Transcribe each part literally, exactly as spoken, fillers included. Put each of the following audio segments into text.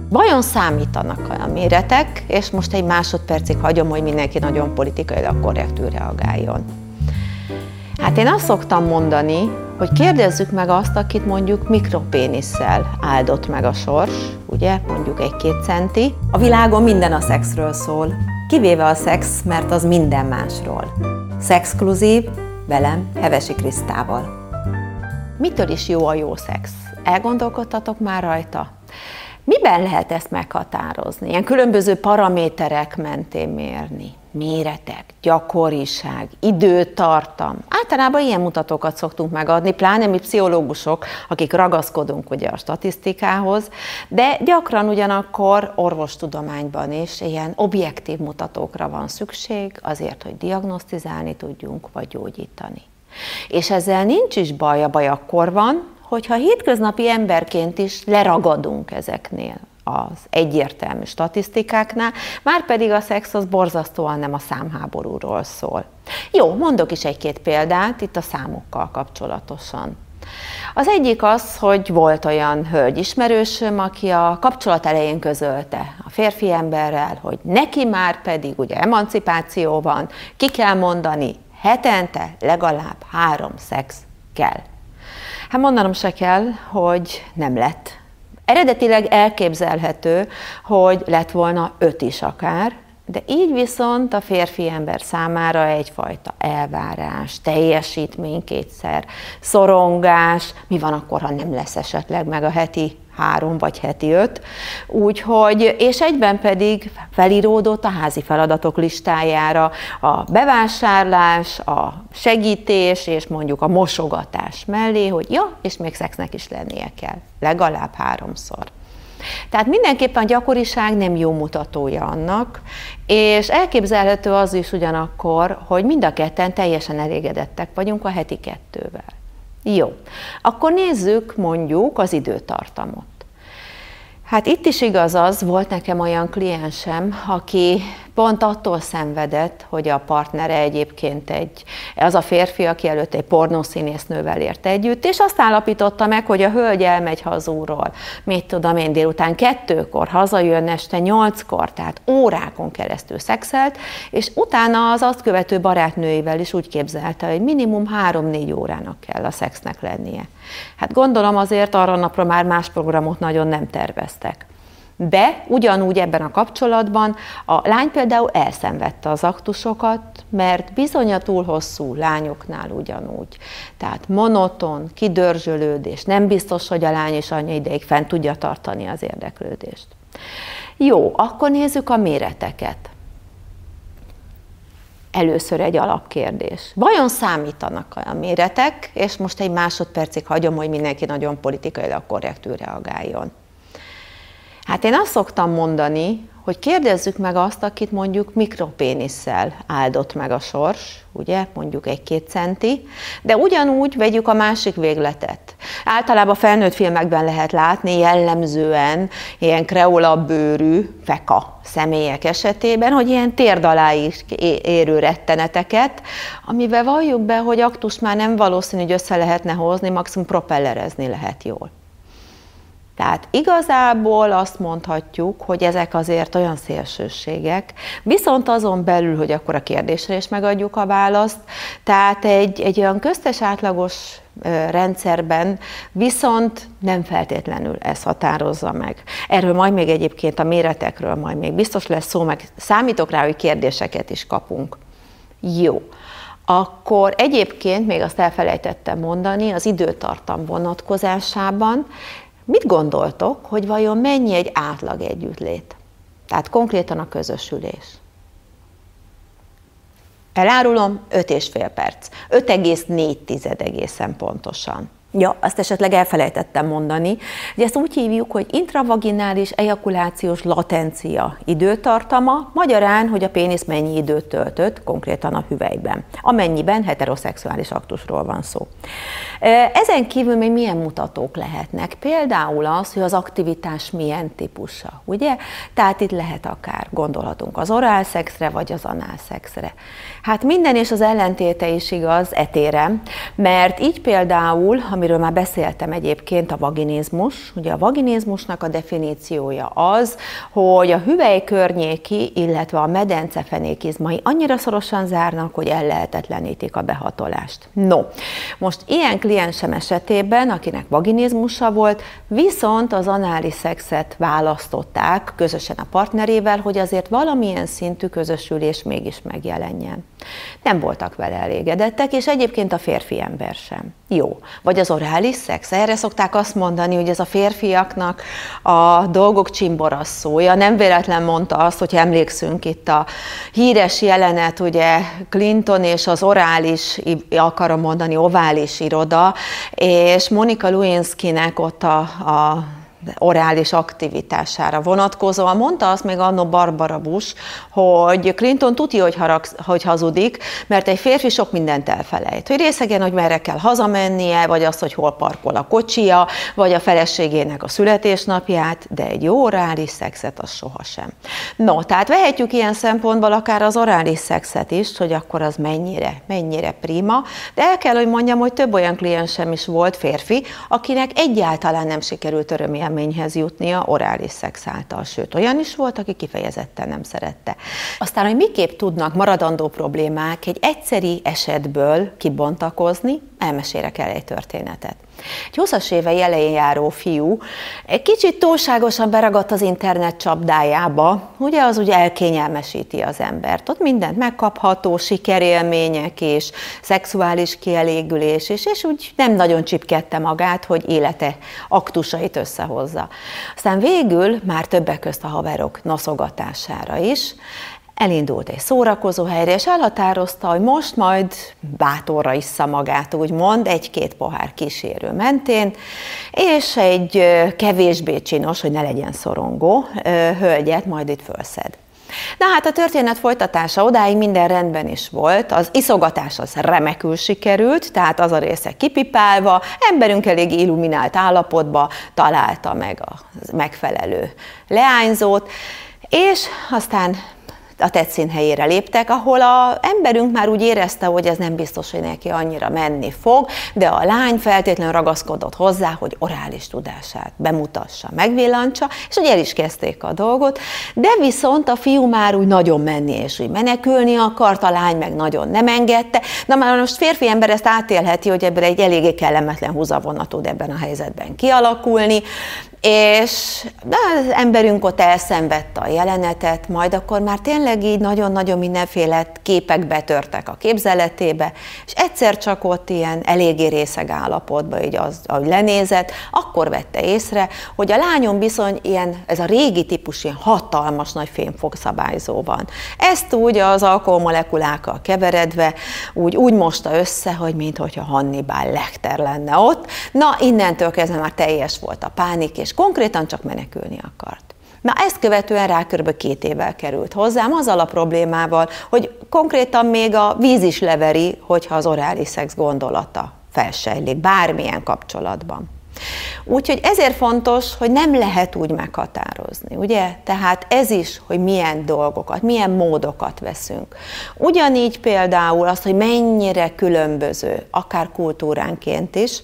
Vajon számítanak a méretek, és most egy másodpercig hagyom, hogy mindenki nagyon politikailag korrektül reagáljon. Hát én azt szoktam mondani, hogy kérdezzük meg azt, akit mondjuk mikropénisszel áldott meg a sors, ugye, mondjuk egy-két centi. A világon minden a szexről szól, kivéve a szex, mert az minden másról. Szexkluzív, velem, Hevesi Krisztával. Mitől is jó a jó szex? Elgondolkodtatok már rajta? Miben lehet ezt meghatározni? Ilyen különböző paraméterek mentén mérni. Méretek, gyakoriság, időtartam. Általában ilyen mutatókat szoktunk megadni, pláne mi pszichológusok, akik ragaszkodunk ugye a statisztikához, de gyakran ugyanakkor orvostudományban is ilyen objektív mutatókra van szükség azért, hogy diagnosztizálni tudjunk, vagy gyógyítani. És ezzel nincs is baj, a baj akkor van, hogyha hétköznapi emberként is leragadunk ezeknél az egyértelmű statisztikáknál, már pedig a szex az borzasztóan nem a számháborúról szól. Jó, mondok is egy-két példát itt a számokkal kapcsolatosan. Az egyik az, hogy volt olyan hölgyismerősöm, aki a kapcsolat elején közölte a férfi emberrel, hogy neki már pedig ugye emancipáció van, ki kell mondani, hetente legalább három szex kell. Hát mondanom se kell, hogy nem lett. Eredetileg elképzelhető, hogy lett volna öt is akár, de így viszont a férfi ember számára egyfajta elvárás, teljesítménykétszer, szorongás, mi van akkor, ha nem lesz esetleg meg a heti három vagy heti öt, úgyhogy, és egyben pedig felíródott a házi feladatok listájára a bevásárlás, a segítés és mondjuk a mosogatás mellé, hogy ja, és még szexnek is lennie kell, legalább háromszor. Tehát mindenképpen a gyakoriság nem jó mutatója annak, és elképzelhető az is ugyanakkor, hogy mind a ketten teljesen elégedettek vagyunk a heti kettővel. Jó, akkor nézzük mondjuk az időtartamot. Hát itt is igaz az, volt nekem olyan kliensem, aki pont attól szenvedett, hogy a partnere egyébként egy, az a férfi, aki előtt egy pornószínésznővel ért együtt, és azt állapította meg, hogy a hölgy elmegy hazúról, mit tudom én, délután kettőkor, hazajön este nyolckor, tehát órákon keresztül szexelt, és utána az azt követő barátnőivel is úgy képzelte, hogy minimum három-négy órának kell a szexnek lennie. Hát gondolom azért arra napra már más programot nagyon nem terveztek. De ugyanúgy ebben a kapcsolatban a lány például elszenvedte az aktusokat, mert bizony a túl hosszú lányoknál ugyanúgy. Tehát monoton, kidörzsölődés, nem biztos, hogy a lány is annyi ideig fent tudja tartani az érdeklődést. Jó, akkor nézzük a méreteket. Először egy alapkérdés. Vajon számítanak a méretek, és most egy másodpercig hagyom, hogy mindenki nagyon politikailag korrektül reagáljon. Hát én azt szoktam mondani, hogy kérdezzük meg azt, akit mondjuk mikropénisszel áldott meg a sors, ugye, mondjuk egy-két centi, de ugyanúgy vegyük a másik végletet. Általában felnőtt filmekben lehet látni jellemzően ilyen kreolabőrű, feka személyek esetében, hogy ilyen térd alá is érő retteneteket, amivel valljuk be, hogy aktust már nem valószínű, hogy össze lehetne hozni, maximum propellerezni lehet jól. Tehát igazából azt mondhatjuk, hogy ezek azért olyan szélsőségek, viszont azon belül, hogy akkor a kérdésre is megadjuk a választ, tehát egy, egy olyan köztes átlagos rendszerben viszont nem feltétlenül ez határozza meg. Erről majd még egyébként a méretekről majd még biztos lesz szó, meg számítok rá, hogy kérdéseket is kapunk. Jó. Akkor egyébként még azt elfelejtettem mondani az időtartam vonatkozásában. Mit gondoltok, hogy vajon mennyi egy átlag együttlét? Tehát konkrétan a közösülés. Elárulom, öt és fél perc. öt egész négy egészen pontosan. Ja, azt esetleg elfelejtettem mondani, hogy ezt úgy hívjuk, hogy intravaginális ejakulációs latencia időtartama, magyarán, hogy a pénisz mennyi időt töltött, konkrétan a hüvelyben, amennyiben heteroszexuális aktusról van szó. Ezen kívül még milyen mutatók lehetnek? Például az, hogy az aktivitás milyen típusa, ugye? Tehát itt lehet akár, gondolhatunk az orálszexre, vagy az análszexre. Hát minden és az ellentéte is igaz etéren, mert így például, ha amiről már beszéltem egyébként, a vaginizmus. Ugye a vaginizmusnak a definíciója az, hogy a hüvely környéki, illetve a medencefenék izmai annyira szorosan zárnak, hogy ellehetetlenítik a behatolást. No, most ilyen kliensem esetében, akinek vaginizmusa volt, viszont az anális szexet választották közösen a partnerével, hogy azért valamilyen szintű közösülés mégis megjelenjen. Nem voltak vele elégedettek, és egyébként a férfi ember sem. Jó. Vagy az orális szex. Erre szokták azt mondani, hogy ez a férfiaknak a dolgok csimborasszója. Nem véletlen mondta azt, hogy emlékszünk itt a híres jelenet, ugye Clinton és az orális, akarom mondani, ovális iroda, és Monica Lewinskynek ott a, a orális aktivitására vonatkozóan mondta azt még annó Barbara Bush, hogy Clinton tudja, hogy, haragsz, hogy hazudik, mert egy férfi sok mindent elfelejt. Hogy részegen, hogy merre kell hazamennie, vagy azt, hogy hol parkol a kocsia, vagy a feleségének a születésnapját, de egy jó orális szexet az sohasem. No, tehát vehetjük ilyen szempontból akár az orális szexet is, hogy akkor az mennyire, mennyire prima, de el kell, hogy mondjam, hogy több olyan kliensem is volt, férfi, akinek egyáltalán nem sikerült örömélményhez jutnia orális szex által, sőt, olyan is volt, aki kifejezetten nem szerette. Aztán, hogy miképp tudnak maradandó problémák egy egyszeri esetből kibontakozni, elmesélek el egy történetet. Egy húszas évei elején járó fiú egy kicsit túlságosan beragadt az internet csapdájába, ugye az ugye elkényelmesíti az embert. Ott mindent megkapható, sikerélmények és szexuális kielégülés, és, és úgy nem nagyon csipkedte magát, hogy élete aktusait összehozza. Aztán végül már többek közt a haverok noszogatására is elindult egy szórakozó helyre, és elhatározta, hogy most majd bátorra issza magát, úgymond, egy-két pohár kísérő mentén, és egy kevésbé csinos, hogy ne legyen szorongó, hölgyet majd itt fölszed. Na hát a történet folytatása odáig minden rendben is volt, az iszogatás az remekül sikerült, tehát az a része kipipálva, emberünk elég illuminált állapotba találta meg a megfelelő leányzót, és aztán a tetszín helyére léptek, ahol az emberünk már úgy érezte, hogy ez nem biztos, hogy neki annyira menni fog, de a lány feltétlenül ragaszkodott hozzá, hogy orális tudását bemutassa, megvillantsa, és hogy el is kezdték a dolgot, de viszont a fiú már úgy nagyon menni és úgy menekülni akart, a lány meg nagyon nem engedte. Na már most férfi ember ezt átélheti, hogy ebből egy eléggé kellemetlen húzavona tud ebben a helyzetben kialakulni, és az emberünk ott elszenvedte a jelenetet, majd akkor már tényleg így nagyon-nagyon mindenféle képek betörtek a képzeletébe, és egyszer csak ott ilyen eléggé részeg állapotban, így az, ahogy lenézett, akkor vette észre, hogy a lányon bizony ilyen, ez a régi típus ilyen hatalmas nagy fémfogszabályzó van. Ezt úgy az alkoholmolekulákkal keveredve úgy, úgy mosta össze, hogy minthogyha Hannibal Lecter lenne ott. Na, innentől kezdve már teljes volt a pánik, és konkrétan csak menekülni akart. Na ezt követően rá kb. két évvel került hozzám, azzal a problémával, hogy konkrétan még a víz is leveri, hogyha az orális szex gondolata felsejlik bármilyen kapcsolatban. Úgyhogy ezért fontos, hogy nem lehet úgy meghatározni, ugye? Tehát ez is, hogy milyen dolgokat, milyen módokat veszünk. Ugyanígy például az, hogy mennyire különböző, akár kultúránként is.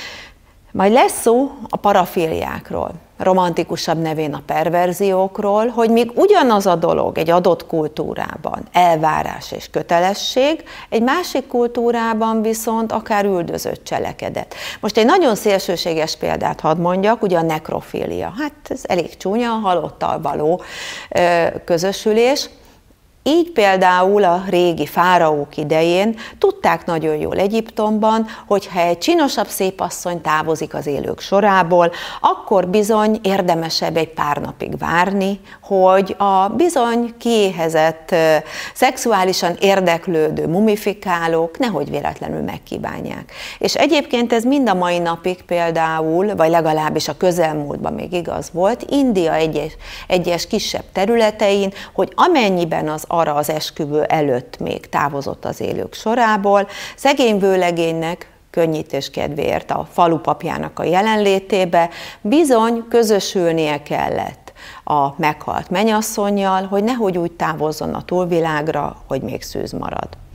Majd lesz szó a parafiliákról, romantikusabb nevén a perverziókról, hogy még ugyanaz a dolog egy adott kultúrában elvárás és kötelesség, egy másik kultúrában viszont akár üldözött cselekedet. Most egy nagyon szélsőséges példát hadd mondjak, ugye a nekrofilia. Hát ez elég csúnya, a halottal való ö, közösülés. Így például a régi fáraók idején tudták nagyon jól Egyiptomban, hogy ha egy csinosabb szépasszony távozik az élők sorából, akkor bizony érdemesebb egy pár napig várni, hogy a bizony kiéhezett, szexuálisan érdeklődő mumifikálók nehogy véletlenül megkívánják. És egyébként ez mind a mai napig például, vagy legalábbis a közelmúltban még igaz volt, India egyes, egyes kisebb területein, hogy amennyiben az arra az esküvő előtt még távozott az élők sorából, szegény vőlegénynek könnyítés kedvéért a falupapjának a jelenlétébe bizony közösülnie kellett a meghalt mennyasszonnyal, hogy nehogy úgy távozzon a túlvilágra, hogy még szűz marad.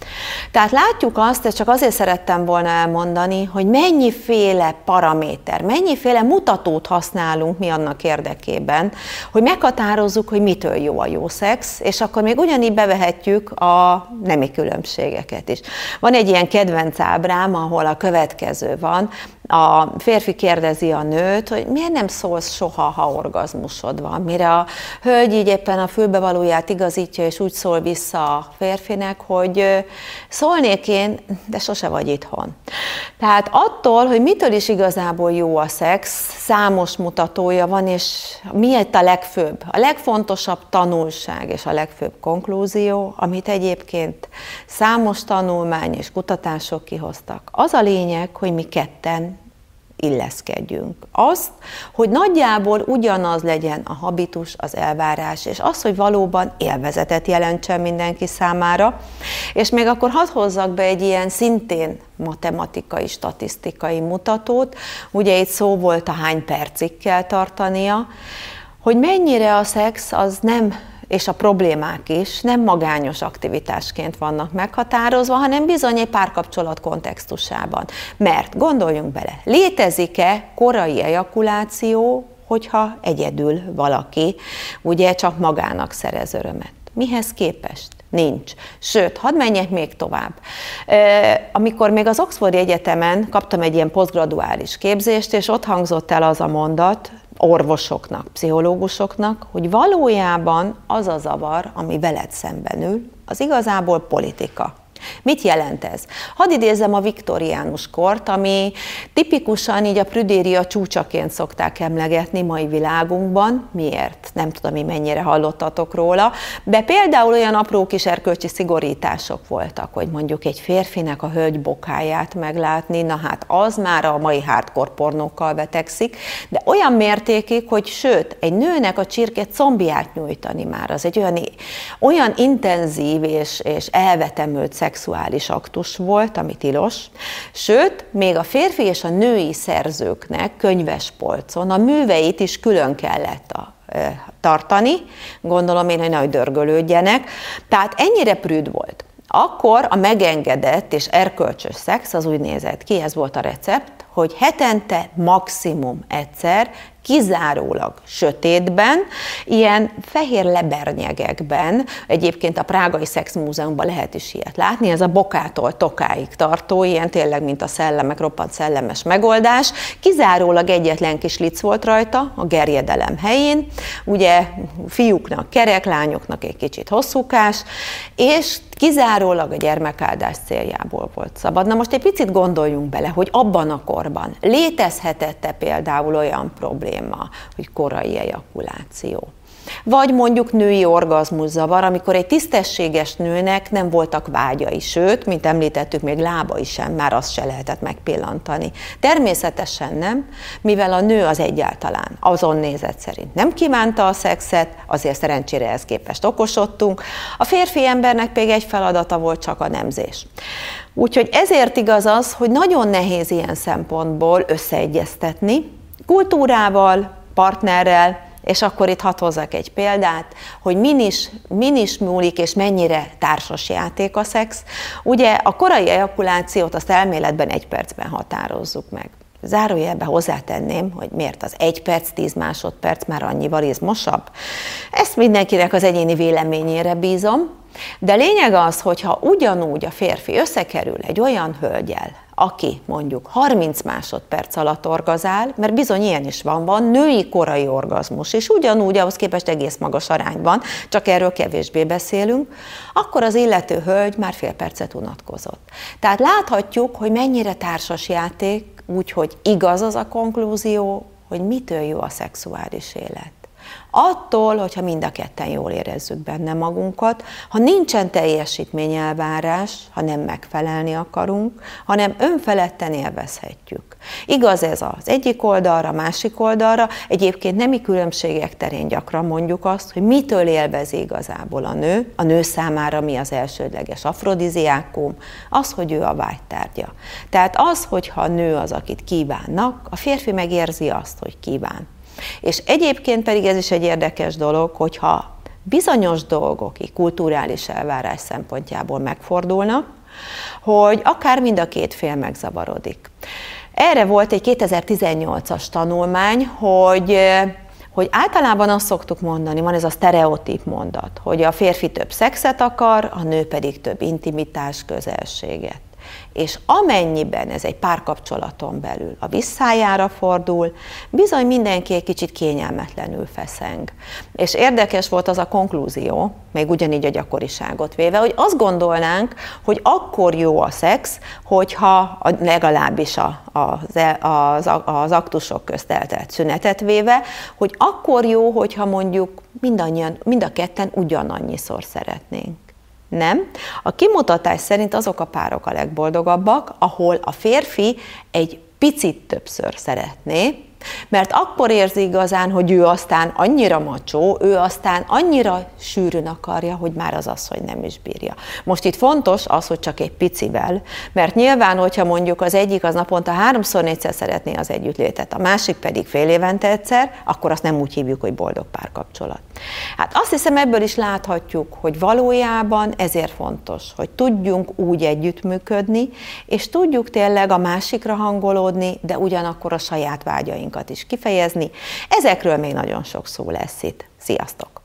Tehát látjuk azt, ezt csak azért szerettem volna elmondani, hogy mennyiféle paraméter, mennyiféle mutatót használunk mi annak érdekében, hogy meghatározzuk, hogy mitől jó a jó szex, és akkor még ugyanígy bevehetjük a nemi különbségeket is. Van egy ilyen kedvenc ábrám, ahol a következő van, a férfi kérdezi a nőt, hogy miért nem szólsz soha, ha orgazmusod van. Mire a hölgy így éppen a fülbevalóját igazítja, és úgy szól vissza a férfinek, hogy szólnék én, de sose vagy itthon. Tehát attól, hogy mitől is igazából jó a szex, számos mutatója van, és miért a legfőbb, a legfontosabb tanulság és a legfőbb konklúzió, amit egyébként számos tanulmány és kutatások kihoztak. Az a lényeg, hogy mi ketten illeszkedjünk. Azt, hogy nagyjából ugyanaz legyen a habitus, az elvárás, és az, hogy valóban élvezetet jelentsen mindenki számára. És még akkor hadd hozzak be egy ilyen szintén matematikai, statisztikai mutatót, ugye itt szó volt a hány percig kell tartania, hogy mennyire a szex az nem, és a problémák is nem magányos aktivitásként vannak meghatározva, hanem bizony egy párkapcsolat kontextusában. Mert gondoljunk bele, létezik-e korai ejakuláció, hogyha egyedül valaki ugye csak magának szerez örömet? Mihez képest? Nincs. Sőt, hadd menjek még tovább. Amikor még az Oxfordi Egyetemen kaptam egy ilyen posztgraduális képzést, és ott hangzott el az a mondat, orvosoknak, pszichológusoknak, hogy valójában az a zavar, ami veled szemben ül, az igazából politika. Mit jelent ez? Hadd idézzem a viktoriánus kort, ami tipikusan így a prüdéria csúcsaként szokták emlegetni mai világunkban. Miért? Nem tudom, hogy mennyire hallottatok róla, de például olyan apró kis erkölcsi szigorítások voltak, hogy mondjuk egy férfinek a hölgy bokáját meglátni, na hát az már a mai hardcore pornókkal vetekszik, de olyan mértékig, hogy sőt, egy nőnek a csirke combját nyújtani már, az egy olyan, olyan intenzív és, és elvetemült szexuális aktus volt, ami tilos. Sőt, még a férfi és a női szerzőknek könyvespolcon a műveit is külön kellett a, e, tartani, gondolom én, hogy nehogy dörgölődjenek. Tehát ennyire prűd volt. Akkor a megengedett és erkölcsös szex az úgy nézett ki, ez volt a recept, hogy hetente maximum egyszer, kizárólag sötétben, ilyen fehér lebernyegekben, egyébként a Prágai Szexmúzeumban lehet is ilyet látni, ez a bokától tokáig tartó, ilyen tényleg, mint a szellemek, roppant szellemes megoldás, kizárólag egyetlen kis lic volt rajta, a gerjedelem helyén, ugye fiúknak kerek, lányoknak egy kicsit hosszúkás, és kizárólag a gyermekáldás céljából volt szabad. Na most egy picit gondoljunk bele, hogy abban a korban létezhetett-e például olyan probléma, hogy korai ejakuláció. Vagy mondjuk női orgazmuszavar, amikor egy tisztességes nőnek nem voltak vágyai, sőt, mint említettük, még lábai sem, már azt se lehetett megpillantani. Természetesen nem, mivel a nő az egyáltalán azon nézet szerint nem kívánta a szexet, azért szerencsére ehhez képest okosodtunk, a férfi embernek még egy feladata volt, csak a nemzés. Úgyhogy ezért igaz az, hogy nagyon nehéz ilyen szempontból összeegyeztetni kultúrával, partnerrel, és akkor itt hadd hozzak egy példát, hogy min is, min is múlik, és mennyire társas játék a szex. Ugye a korai ejakulációt azt elméletben egy percben határozzuk meg. Zárójelbe hozzátenném, hogy miért az egy perc, tíz másodperc már annyival izmosabb. Ezt mindenkinek az egyéni véleményére bízom, de lényeg az, hogyha ugyanúgy a férfi összekerül egy olyan hölgyel, aki mondjuk harminc másodperc alatt orgazál, mert bizony ilyen is van, van női korai orgazmus, és ugyanúgy ahhoz képest egész magas arányban, csak erről kevésbé beszélünk, akkor az illető hölgy már fél percet unatkozott. Tehát láthatjuk, hogy mennyire társas játék, úgyhogy igaz az a konklúzió, hogy mitől jó a szexuális élet. Attól, hogyha mind a ketten jól érezzük benne magunkat, ha nincsen teljesítményelvárás, ha nem megfelelni akarunk, hanem önfeledten élvezhetjük. Igaz ez az egyik oldalra, másik oldalra, egyébként nemi különbségek terén gyakran mondjuk azt, hogy mitől élvezi igazából a nő, a nő számára mi az elsődleges afrodiziákum, az, hogy ő a vágytárgya. Tehát az, hogyha a nő az, akit kívánnak, a férfi megérzi azt, hogy kíván. És egyébként pedig ez is egy érdekes dolog, hogyha bizonyos dolgok kulturális elvárás szempontjából megfordulnak, hogy akár mind a két fél megzavarodik. Erre volt egy kétezer-tizennyolcas tanulmány, hogy hogy általában azt szoktuk mondani, van ez a sztereotíp mondat, hogy a férfi több szexet akar, a nő pedig több intimitás, közelséget. És amennyiben ez egy párkapcsolaton belül a visszájára fordul, bizony mindenki egy kicsit kényelmetlenül feszeng. És érdekes volt az a konklúzió, még ugyanígy a gyakoriságot véve, hogy azt gondolnánk, hogy akkor jó a szex, hogyha legalábbis a, az, az, az aktusok közt eltelt szünetet véve, hogy akkor jó, hogyha mondjuk mindannyian, mind a ketten ugyanannyiszor szeretnénk. Nem. A kimutatás szerint azok a párok a legboldogabbak, ahol a férfi egy picit többször szeretné, mert akkor érzi igazán, hogy ő aztán annyira macsó, ő aztán annyira sűrűn akarja, hogy már az asszony nem is bírja. Most itt fontos az, hogy csak egy picivel, mert nyilván, hogyha mondjuk az egyik az naponta háromszor, négyszer szeretné az együttlétet, a másik pedig fél évente egyszer, akkor azt nem úgy hívjuk, hogy boldog párkapcsolat. Hát azt hiszem, ebből is láthatjuk, hogy valójában ezért fontos, hogy tudjunk úgy együttműködni, és tudjuk tényleg a másikra hangolódni, de ugyanakkor a saját vágyainkat is kifejezni. Ezekről még nagyon sok szó lesz itt. Sziasztok!